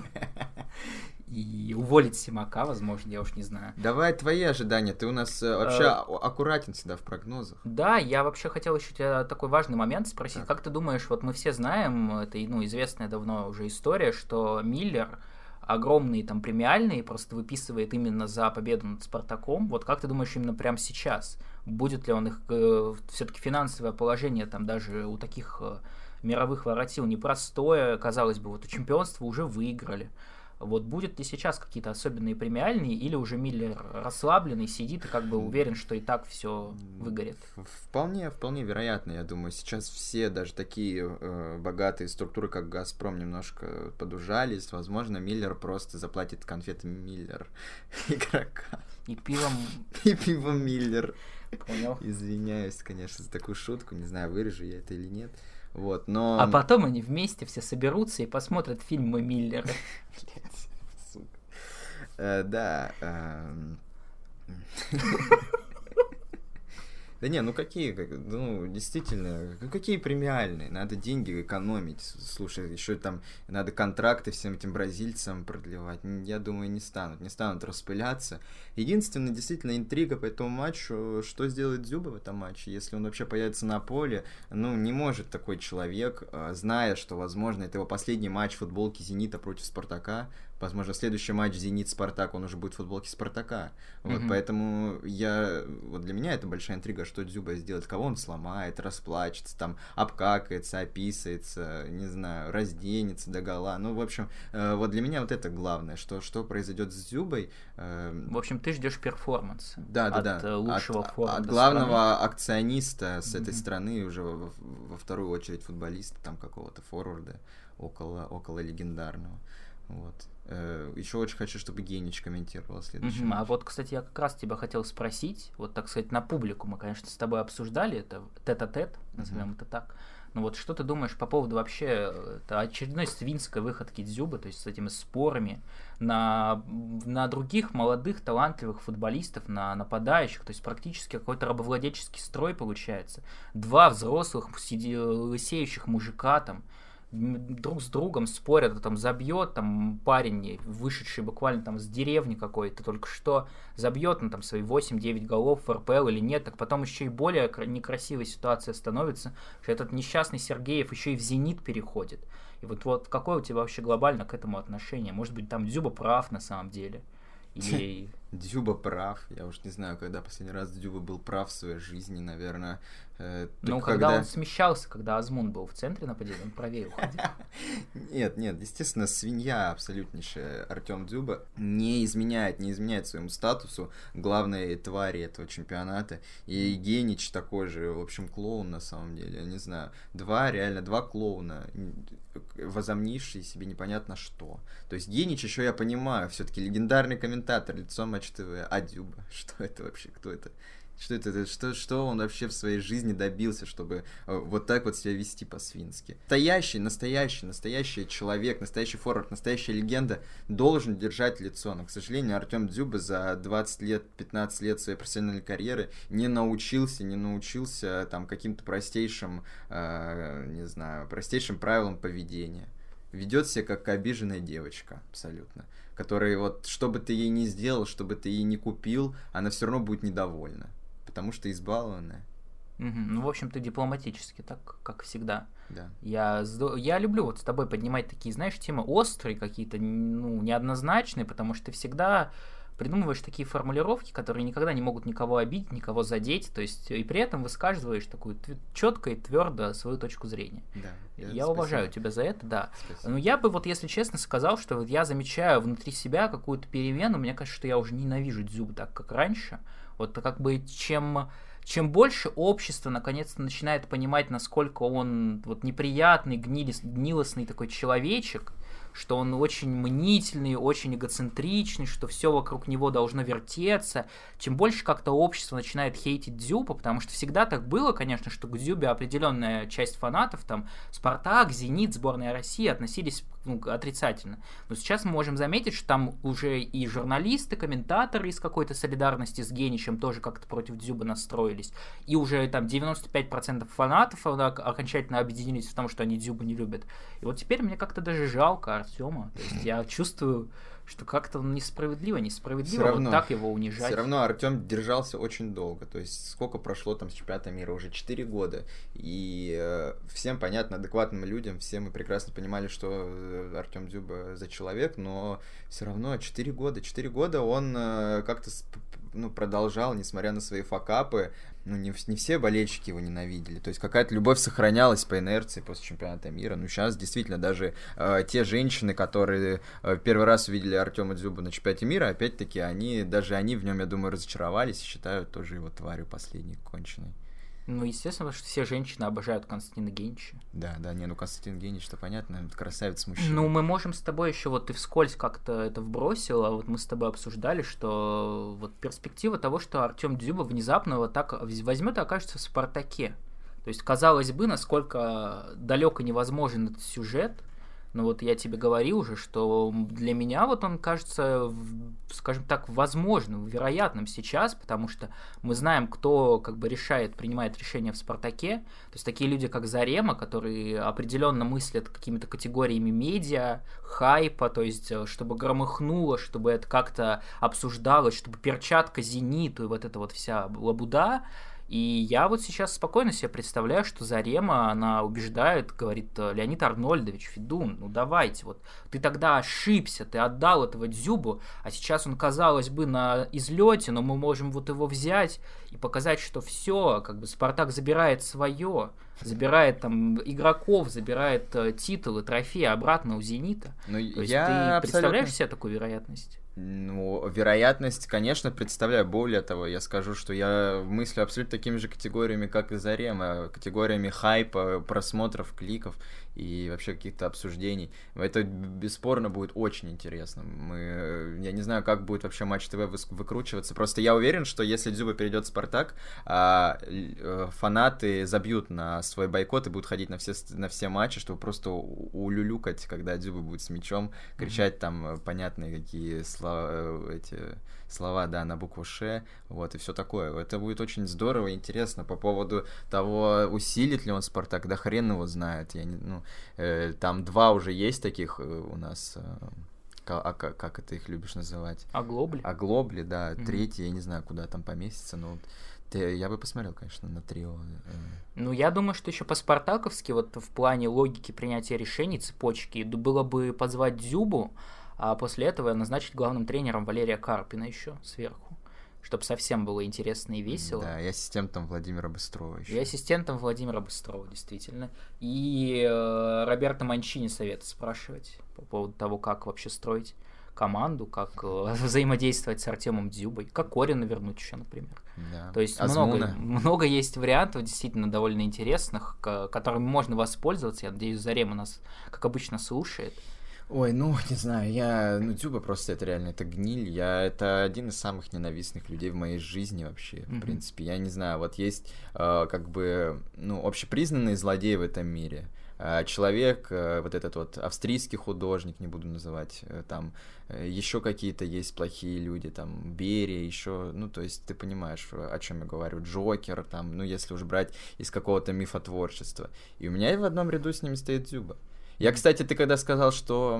И уволить Симака, возможно, я уж не знаю. Давай твои ожидания, ты у нас вообще аккуратен всегда в прогнозах. Да, я вообще хотел еще тебя такой важный момент спросить. Так. Как ты думаешь, вот мы все знаем, это ну, известная давно уже история, что Миллер огромные там премиальные просто выписывает именно за победу над Спартаком. Вот как ты думаешь именно прямо сейчас? Будет ли он их э, все-таки финансовое положение там даже у таких э, мировых воротил непростое, казалось бы, вот у чемпионства уже выиграли. Вот будет ли сейчас какие-то особенные премиальные, или уже Миллер расслабленный, сидит и как бы уверен, что и так все выгорит? Вполне, вполне вероятно, я думаю. Сейчас все, даже такие э, богатые структуры, как Газпром, немножко подужались. Возможно, Миллер просто заплатит конфеты Миллер игрока. И пивом... И пивом Миллер. Понял. Извиняюсь, конечно, за такую шутку. Не знаю, вырежу я это или нет. Вот, но... А потом они вместе все соберутся и посмотрят фильмы Миллера. Блять, сука. Э, да. Да не, ну какие, ну действительно, какие премиальные, надо деньги экономить, слушай, еще там надо контракты всем этим бразильцам продлевать, я думаю, не станут, не станут распыляться. Единственная действительно интрига по этому матчу, что сделает Дзюба в этом матче, если он вообще появится на поле, ну не может такой человек, зная, что, возможно, это его последний матч в футболке Зенита против Спартака, возможно, следующий матч Зенит-Спартак, он уже будет в футболке Спартака. Вот, mm-hmm. поэтому я, вот для меня это большая интрига, что Дзюба сделает, кого он сломает, расплачется, там, обкакается, описается, не знаю, разденется догола. Ну, в общем, э, вот для меня вот это главное, что, что произойдет с Дзюбой. Э, в общем, ты ждешь перформанса. Да, да, от да. лучшего от, форварда от главного страны. акциониста с mm-hmm. этой страны, уже во, во вторую очередь футболиста, там, какого-то форварда, около, около легендарного. Вот. Еще очень хочу, чтобы Генич комментировал следующий uh-huh. матч. А вот, кстати, я как раз тебя хотел спросить, вот так сказать, на публику мы, конечно, с тобой обсуждали это тет-а-тет, назовем uh-huh. это так, Ну вот что ты думаешь по поводу вообще это очередной свинской выходки Дзюбы, то есть с этими спорами на, на других молодых талантливых футболистов, на нападающих, то есть практически какой-то рабовладельческий строй получается. Два взрослых сиди, лысеющих мужика там друг с другом спорят, там забьет там парень, вышедший буквально там с деревни какой-то, только что забьет он там свои восемь-девять голов в эр пэ эл или нет, так потом еще и более некрасивая ситуация становится, что этот несчастный Сергеев еще и в «Зенит» переходит. И вот, вот какое у тебя вообще глобально к этому отношение? Может быть, там Дзюба прав на самом деле? Или... Дзюба прав. Я уж не знаю, когда последний раз Дзюба был прав в своей жизни, наверное. Э, ну, когда... когда он смещался, когда Азмун был в центре нападения, он правее уходил. Нет, нет, естественно, свинья абсолютнейшая Артем Дзюба не изменяет, не изменяет своему статусу главной твари этого чемпионата. И Генич такой же, в общем, клоун на самом деле, я не знаю. Два, реально, два клоуна, возомнившие себе непонятно что. То есть Генич еще, я понимаю, все-таки легендарный комментатор, лицо Матч ТВ, а Дзюба, что это вообще, кто это? Что это, что, что он вообще в своей жизни добился, чтобы вот так вот себя вести по-свински? Настоящий, настоящий, настоящий человек, настоящий форвард, настоящая легенда должен держать лицо. Но, к сожалению, Артем Дзюба за двадцать лет, пятнадцать лет своей профессиональной карьеры не научился, не научился там каким-то простейшим, э, не знаю, простейшим правилам поведения. Ведет себя как обиженная девочка, абсолютно. Которая вот, что бы ты ей ни сделал, что бы ты ей ни купил, она все равно будет недовольна. Потому что избалованная. Угу. Ну, в общем, ты дипломатически, так, как всегда. Да. Я, я люблю вот с тобой поднимать такие, знаешь, темы острые какие-то, ну, неоднозначные, потому что ты всегда придумываешь такие формулировки, которые никогда не могут никого обидеть, никого задеть, то есть и при этом высказываешь такую четко и твердо свою точку зрения. Да, я я уважаю тебя за это, да. Спасибо. Но я бы вот, если честно, сказал, что вот я замечаю внутри себя какую-то перемену, мне кажется, что я уже ненавижу Дзюбу так, как раньше. Вот как бы чем... Чем больше общество наконец-то начинает понимать, насколько он вот неприятный, гнилис, гнилостный такой человечек, что он очень мнительный, очень эгоцентричный, что все вокруг него должно вертеться. Чем больше как-то общество начинает хейтить Дзюбу, потому что всегда так было, конечно, что к Дзюбе определенная часть фанатов, там, Спартак, Зенит, сборная России относились ну, отрицательно. Но сейчас мы можем заметить, что там уже и журналисты, комментаторы из какой-то солидарности с Геничем тоже как-то против Дзюбы настроились. И уже там девяносто пять процентов фанатов окончательно объединились в том, что они Дзюбу не любят. И вот теперь мне как-то даже жалко Артема. То есть я чувствую, что как-то несправедливо, несправедливо равно, вот так его унижать. Все равно Артем держался очень долго. То есть сколько прошло там с чемпионата мира? Уже четыре года. И э, всем понятно, адекватным людям, все мы прекрасно понимали, что Артем Дзюба за человек, но все равно четыре года. четыре года он э, как-то ну, продолжал, несмотря на свои факапы. Ну, не, не все болельщики его ненавидели. То есть какая-то любовь сохранялась по инерции после чемпионата мира. Ну, сейчас действительно даже э, те женщины, которые э, первый раз увидели Артема Дзюбу на чемпионате мира, опять-таки, они, даже они в нем, я думаю, разочаровались и считают тоже его тварью последней, конченой. Ну, естественно, потому что все женщины обожают Константина Генича. Да, да, не, ну Константин Генич-то понятно, красавец мужчина. Ну, мы можем с тобой еще, вот ты вскользь как-то это вбросил, а вот мы с тобой обсуждали, что вот перспектива того, что Артем Дзюба внезапно вот так возьмет и окажется в «Спартаке». То есть, казалось бы, насколько далеко невозможен этот сюжет, но вот я тебе говорил уже, что для меня вот он кажется, скажем так, возможным, вероятным сейчас, потому что мы знаем, кто как бы решает, принимает решения в «Спартаке». То есть такие люди, как Зарема, которые определенно мыслят какими-то категориями медиа, хайпа, то есть чтобы громыхнуло, чтобы это как-то обсуждалось, чтобы перчатка «Зениту» и вот эта вот вся лабуда. И я вот сейчас спокойно себе представляю, что Зарема, она убеждает, говорит: Леонид Арнольдович, Федун, ну давайте, вот ты тогда ошибся, ты отдал этого Дзюбу, а сейчас он, казалось бы, на излете, но мы можем вот его взять и показать, что все, как бы Спартак забирает свое, забирает там игроков, забирает титулы, трофеи обратно у Зенита. Но То есть я ты абсолютно... представляешь себе такую вероятность? Ну, вероятность, конечно, представляю. Более того, я скажу, что я мыслю абсолютно такими же категориями, как и Зарема, категориями хайпа, просмотров, кликов и вообще каких-то обсуждений. Это бесспорно будет очень интересно. Мы, я не знаю, как будет вообще Матч ТВ выкручиваться. Просто я уверен, что если Дзюба перейдет в Спартак, фанаты забьют на свой бойкот и будут ходить на все, на все матчи, чтобы просто улюлюкать, когда Дзюба будет с мячом, кричать mm-hmm. там понятные какие слова, эти слова, да, на букву Ш, вот, и все такое. Это будет очень здорово и интересно. По поводу того, усилит ли он Спартак, да хрен его знает. Я не, ну, э, там два уже есть таких у нас, э, а как, как это их любишь называть? Оглобли. Оглобли, да. Mm-hmm. Третий, я не знаю, куда там поместится, но ты, я бы посмотрел, конечно, на трио. Ну, я думаю, что еще по-спартаковски, вот в плане логики принятия решений, цепочки, было бы позвать Дзюбу, а после этого назначить главным тренером Валерия Карпина еще сверху, чтобы совсем было интересно и весело. Да, и ассистентом Владимира Быстрова еще. И ассистентом Владимира Быстрова, действительно. И э, Роберто Манчини совета спрашивать по поводу того, как вообще строить команду, как э, взаимодействовать с Артемом Дзюбой, как Корина вернуть еще, например. Да. То есть много, много есть вариантов, действительно довольно интересных, к, которыми можно воспользоваться. Я надеюсь, Зарема нас, как обычно, слушает. Ой, ну, не знаю, я, ну, Дзюба просто это реально, это гниль, я, это один из самых ненавистных людей в моей жизни вообще, mm-hmm. в принципе, я не знаю, вот есть, э, как бы, ну, общепризнанный злодей в этом мире, э, человек, э, вот этот вот австрийский художник, не буду называть, э, там, э, еще какие-то есть плохие люди, там, Берия, еще, ну, то есть, ты понимаешь, о чем я говорю, Джокер, там, ну, если уж брать из какого-то мифотворчества, и у меня в одном ряду с ними стоит Дзюба. Я, кстати, ты когда сказал, что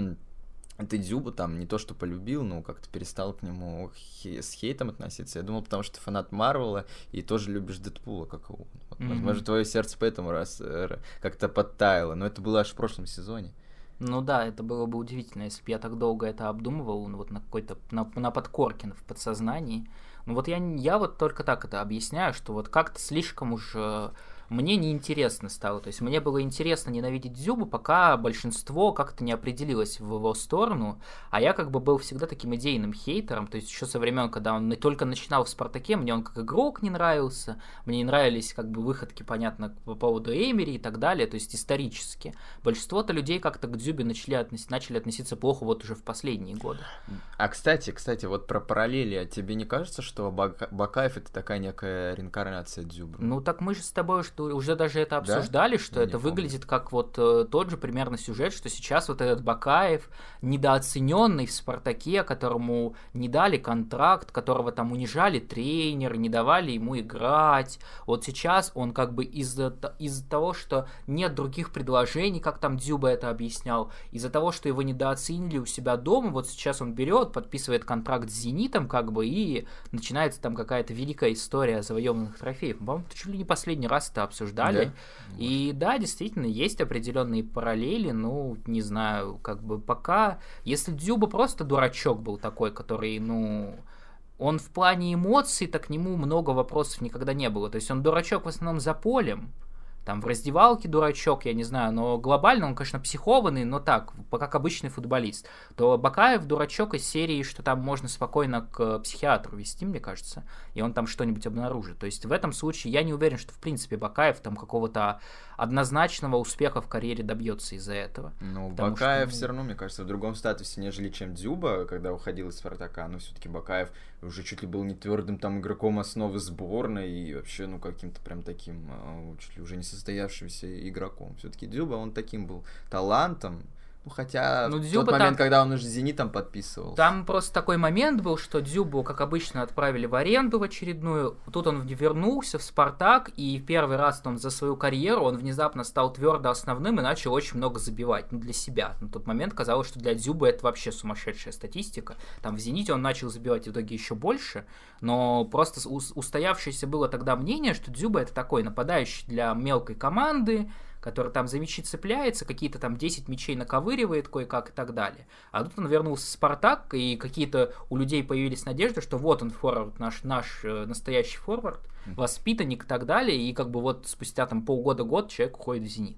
ты Дзюбу там не то что полюбил, но как-то перестал к нему хе- с хейтом относиться, я думал, потому что ты фанат Марвела и тоже любишь Дэдпула, как его. Вот, mm-hmm. Возможно, твое сердце поэтому раз как-то подтаяло, но это было аж в прошлом сезоне. Ну да, это было бы удивительно, если бы я так долго это обдумывал, ну вот на какой-то, на, на подкорке, в подсознании. Ну вот я, я вот только так это объясняю, что вот как-то слишком уж... Мне неинтересно стало, то есть мне было интересно ненавидеть Дзюбу, пока большинство как-то не определилось в его сторону, а я как бы был всегда таким идейным хейтером, то есть еще со времен, когда он только начинал в Спартаке, мне он как игрок не нравился, мне не нравились как бы выходки, понятно, по поводу Эмери и так далее, то есть исторически. Большинство-то людей как-то к Дзюбе начали, относ... начали относиться плохо вот уже в последние годы. А кстати, кстати, вот про параллели, тебе не кажется, что Бак... Бакаев это такая некая реинкарнация Дзюбы? Ну так мы же с тобой уж что уже даже это обсуждали, да? Что я это выглядит как вот э, тот же примерно сюжет, что сейчас вот этот Бакаев, недооцененный в Спартаке, которому не дали контракт, которого там унижали тренеры, не давали ему играть. Вот сейчас он как бы из-за, из-за того, что нет других предложений, как там Дзюба это объяснял, из-за того, что его недооценили у себя дома, вот сейчас он берет, подписывает контракт с Зенитом, как бы, и начинается там какая-то великая история завоеванных трофеев. По-моему, чуть ли не последний раз это обсуждали. Да? И да, действительно, есть определенные параллели, ну, не знаю, как бы пока... Если Дзюба просто дурачок был такой, который, ну... Он в плане эмоций, так к нему много вопросов никогда не было. То есть он дурачок в основном за полем, там в раздевалке дурачок, я не знаю, но глобально он, конечно, психованный, но так, как обычный футболист. То Бакаев дурачок из серии, что там можно спокойно к психиатру вести, мне кажется, и он там что-нибудь обнаружит. То есть в этом случае я не уверен, что в принципе Бакаев там какого-то однозначного успеха в карьере добьется из-за этого. Ну, Бакаев что... все равно, мне кажется, в другом статусе, нежели чем Дзюба, когда уходил из Спартака, но все-таки Бакаев уже чуть ли был не твердым там игроком основы сборной и вообще, ну, каким-то прям таким, чуть ли уже не состоявшимся игроком. Все-таки Дзюба, он таким был талантом. Ну, хотя ну, в тот момент, там... когда он уже с «Зенитом» подписывал. Там просто такой момент был, что Дзюбу, как обычно, отправили в аренду в очередную. Тут он вернулся в «Спартак», и первый раз он за свою карьеру он внезапно стал твердо основным и начал очень много забивать, ну, для себя. На тот момент казалось, что для Дзюбы это вообще сумасшедшая статистика. Там в «Зените» он начал забивать в итоге еще больше, но просто устоявшееся было тогда мнение, что Дзюба это такой нападающий для мелкой команды, который там за мячи цепляется, какие-то там десять мячей наковыривает кое-как и так далее. А тут он вернулся в «Спартак», и какие-то у людей появились надежды, что вот он форвард, наш, наш э, настоящий форвард, воспитанник и так далее, и как бы вот спустя там полгода-год человек уходит в «Зенит».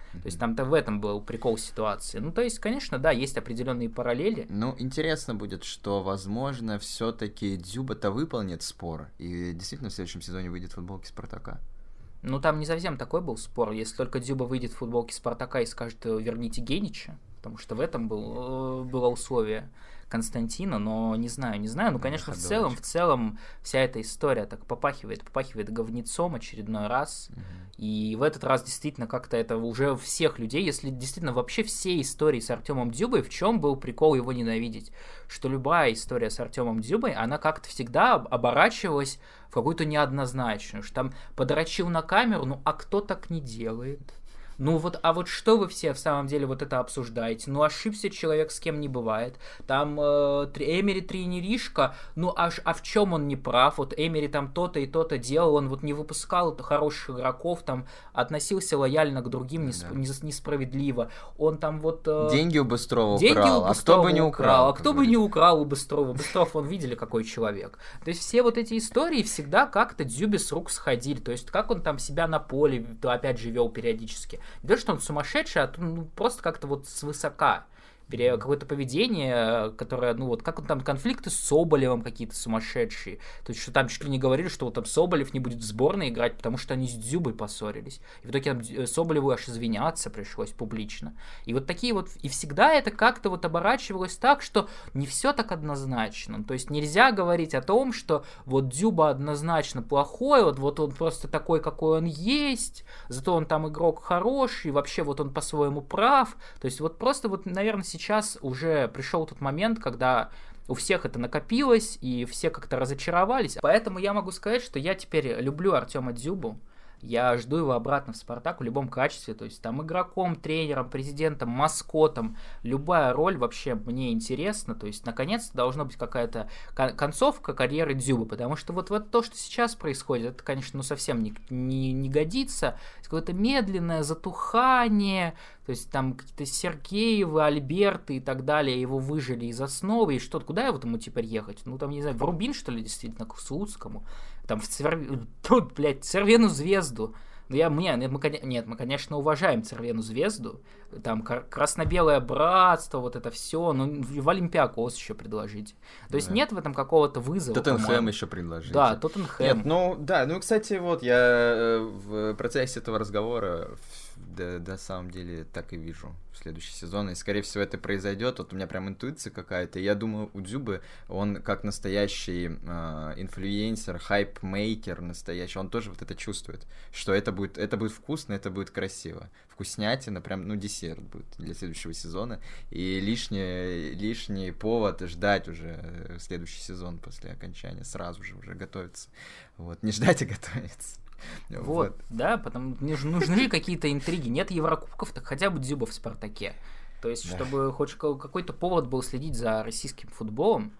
То есть там-то в этом был прикол ситуации. Ну, то есть, конечно, да, есть определенные параллели. Ну, интересно будет, что, возможно, все-таки Дзюба-то выполнит спор, и действительно в следующем сезоне выйдет футболки Спартака. Ну, там не совсем такой был спор. Если только Дзюба выйдет в футболке Спартака и скажет, верните Генича, потому что в этом был, было условие Константина, но не знаю, не знаю. Ну, конечно, в целом, в целом вся эта история так попахивает, попахивает говнецом очередной раз. Угу. И в этот раз действительно как-то это уже всех людей, если действительно вообще все истории с Артемом Дзюбой, в чем был прикол его ненавидеть? Что любая история с Артемом Дзюбой, она как-то всегда оборачивалась в какую-то неоднозначную, что там подрочил на камеру, ну а кто так не делает? Ну вот, а вот что вы все в самом деле вот это обсуждаете? Ну ошибся человек, с кем не бывает. Там э, Эмери тренеришка, ну а, а в чем он не прав? Вот Эмери там то-то и то-то делал, он вот не выпускал хороших игроков, там относился лояльно к другим несп... да. несправедливо. Он там вот... Э... Деньги у Быстрова Деньги украл, у Быстрова а кто бы не украл? А кто бы не украл у Быстрова? Быстров, вон видели, какой человек. То есть все вот эти истории всегда как-то Дзюбе с рук сходили. То есть как он там себя на поле, то опять же вел периодически. Не то, что он сумасшедший, а ну, просто как-то вот свысока. Какое-то поведение, которое, ну вот, как он там, конфликты с Соболевым какие-то сумасшедшие. То есть, что там чуть ли не говорили, что вот там Соболев не будет в сборной играть, потому что они с Дзюбой поссорились. И в итоге там Соболеву аж извиняться пришлось публично. И вот такие вот, и всегда это как-то вот оборачивалось так, что не все так однозначно. То есть, нельзя говорить о том, что вот Дзюба однозначно плохой, вот, вот он просто такой, какой он есть, зато он там игрок хороший, вообще вот он по-своему прав. То есть, вот просто вот, наверное, сейчас уже пришел тот момент, когда у всех это накопилось, и все как-то разочаровались. Поэтому я могу сказать, что я теперь люблю Артема Дзюбу. Я жду его обратно в «Спартак» в любом качестве, то есть там игроком, тренером, президентом, маскотом, любая роль вообще мне интересна, то есть наконец-то должна быть какая-то концовка карьеры Дзюбы, потому что вот, вот то, что сейчас происходит, это, конечно, ну совсем не, не, не годится, какое-то медленное затухание, то есть там какие-то Сергеевы, Альберты и так далее его выжили из основы, и что, куда его ему теперь ехать? Ну там, не знаю, в Рубин, что ли, действительно, к Слуцкому? Там в Церв... Тут, блядь, Цервену Звезду. Ну, я, мне, мы, нет, мы, конечно, уважаем Цервену Звезду. Там красно-белое братство, вот это все. Ну, в Олимпиакос еще предложите. То есть да. Нет в этом какого-то вызова. Тоттенхэм еще предложите. Да, Тоттенхэм. Нет, ну, да, ну, кстати, вот я в процессе этого разговора да, на самом деле так и вижу в следующий сезон, и скорее всего это произойдет. Вот у меня прям интуиция какая-то. Я думаю, у Дзюбы он как настоящий э, инфлюенсер, хайп-мейкер настоящий, он тоже вот это чувствует, что это будет, это будет вкусно, это будет красиво. Вкуснятина, прям, ну, десерт будет для следующего сезона. И лишний, лишний повод ждать уже следующий сезон после окончания, сразу же уже готовиться. Вот, не ждать, а готовиться. Вот, вот, да, потому нужны же какие-то интриги. Нет Еврокубков, так хотя бы Дзюба в «Спартаке». То есть, да. Чтобы хоть какой-то повод был следить за российским футболом.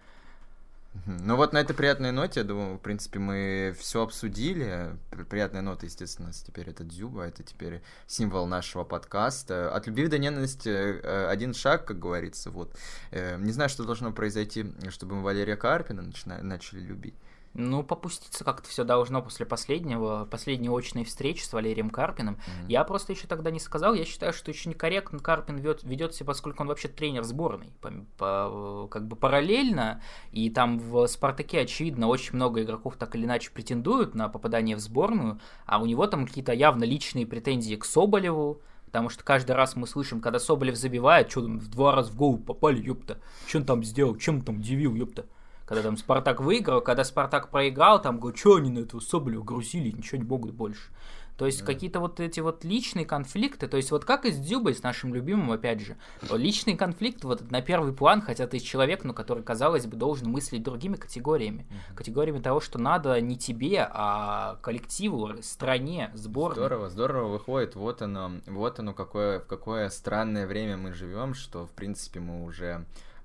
Ну вот на этой приятной ноте, я думаю, в принципе, мы все обсудили. Приятная нота, естественно, теперь это Дзюба, это теперь символ нашего подкаста. От любви до ненависти один шаг, как говорится. Вот. Не знаю, что должно произойти, чтобы мы Валерия Карпина начали, начали любить. Ну, попуститься как-то все должно после последнего, последней очной встречи с Валерием Карпиным. Mm-hmm. Я просто еще тогда не сказал, я считаю, что еще некорректно Карпин ведет, ведет себя, поскольку он вообще тренер сборной, по, по, как бы параллельно, и там в «Спартаке», очевидно, очень много игроков так или иначе претендуют на попадание в сборную, а у него там какие-то явно личные претензии к Соболеву, потому что каждый раз мы слышим, когда Соболев забивает, что там в два раза в гол попали, ёпта, что он там сделал, чем он там удивил, ёпта. Когда там Спартак выиграл, когда Спартак проиграл, там, говорю, что они на этого Соболева грузили, ничего не могут больше. То есть, yeah. какие-то вот эти вот личные конфликты, то есть, вот как и с Дзюбой, с нашим любимым, опять же, личный конфликт вот на первый план, хотя ты человек, ну, который, казалось бы, должен мыслить другими категориями. Uh-huh. Категориями того, что надо не тебе, а коллективу, стране, сборной. Здорово, здорово выходит. Вот оно, вот оно, какое, в какое странное время мы живем, что, в принципе, мы уже...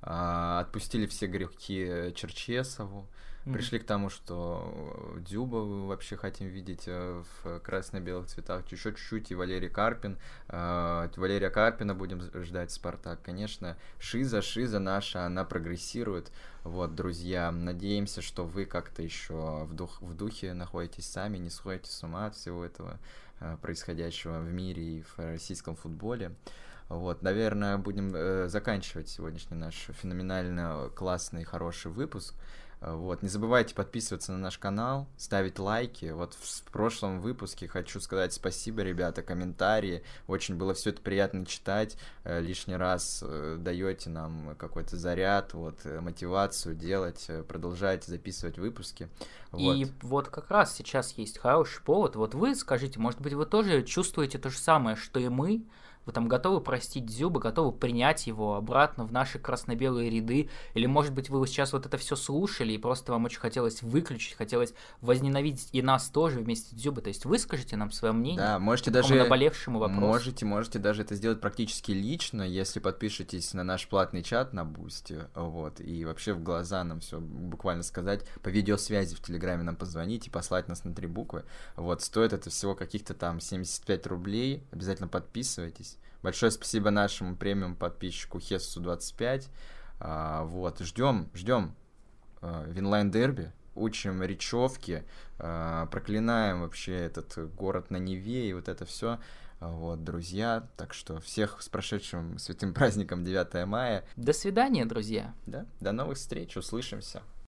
отпустили все грехи Черчесову, mm-hmm. пришли к тому, что Дзюбу вообще хотим видеть в красно-белых цветах, еще чуть-чуть, и Валерий Карпин, Валерия Карпина будем ждать в «Спартак». Конечно, Шиза, Шиза наша, она прогрессирует. Вот, друзья, надеемся, что вы как-то еще в, дух, в духе находитесь сами, не сходите с ума от всего этого происходящего в мире и в российском футболе. Вот, наверное, будем э, заканчивать сегодняшний наш феноменально классный, хороший выпуск. Вот, не забывайте подписываться на наш канал, ставить лайки. Вот в прошлом выпуске хочу сказать спасибо, ребята, комментарии. Очень было все это приятно читать. Лишний раз даете нам какой-то заряд, вот, мотивацию делать, продолжайте записывать выпуски. Вот. И вот как раз сейчас есть хороший повод. Вот вы скажите, может быть, вы тоже чувствуете то же самое, что и мы? Вы там готовы простить Дзюбу, готовы принять его обратно в наши красно-белые ряды? Или, может быть, вы сейчас вот это все слушали, и просто вам очень хотелось выключить, хотелось возненавидеть и нас тоже вместе с Дзюбой? То есть выскажите нам свое мнение да, можете по даже, наболевшему вопросу. Можете, можете даже это сделать практически лично, если подпишетесь на наш платный чат на Бусти, вот, и вообще в глаза нам все буквально сказать, по видеосвязи в Телеграме нам позвонить и послать нас на три буквы. Вот, стоит это всего каких-то там семьдесят пять рублей, обязательно подписывайтесь. Большое спасибо нашему премиум подписчику Хесусу двадцать пять. А, вот, ждем, ждем а, Винлайн Дерби, учим речевки, а, проклинаем вообще этот город на Неве и вот это все. А, вот, друзья, так что всех с прошедшим святым праздником девятое мая. До свидания, друзья. Да, до новых встреч, услышимся.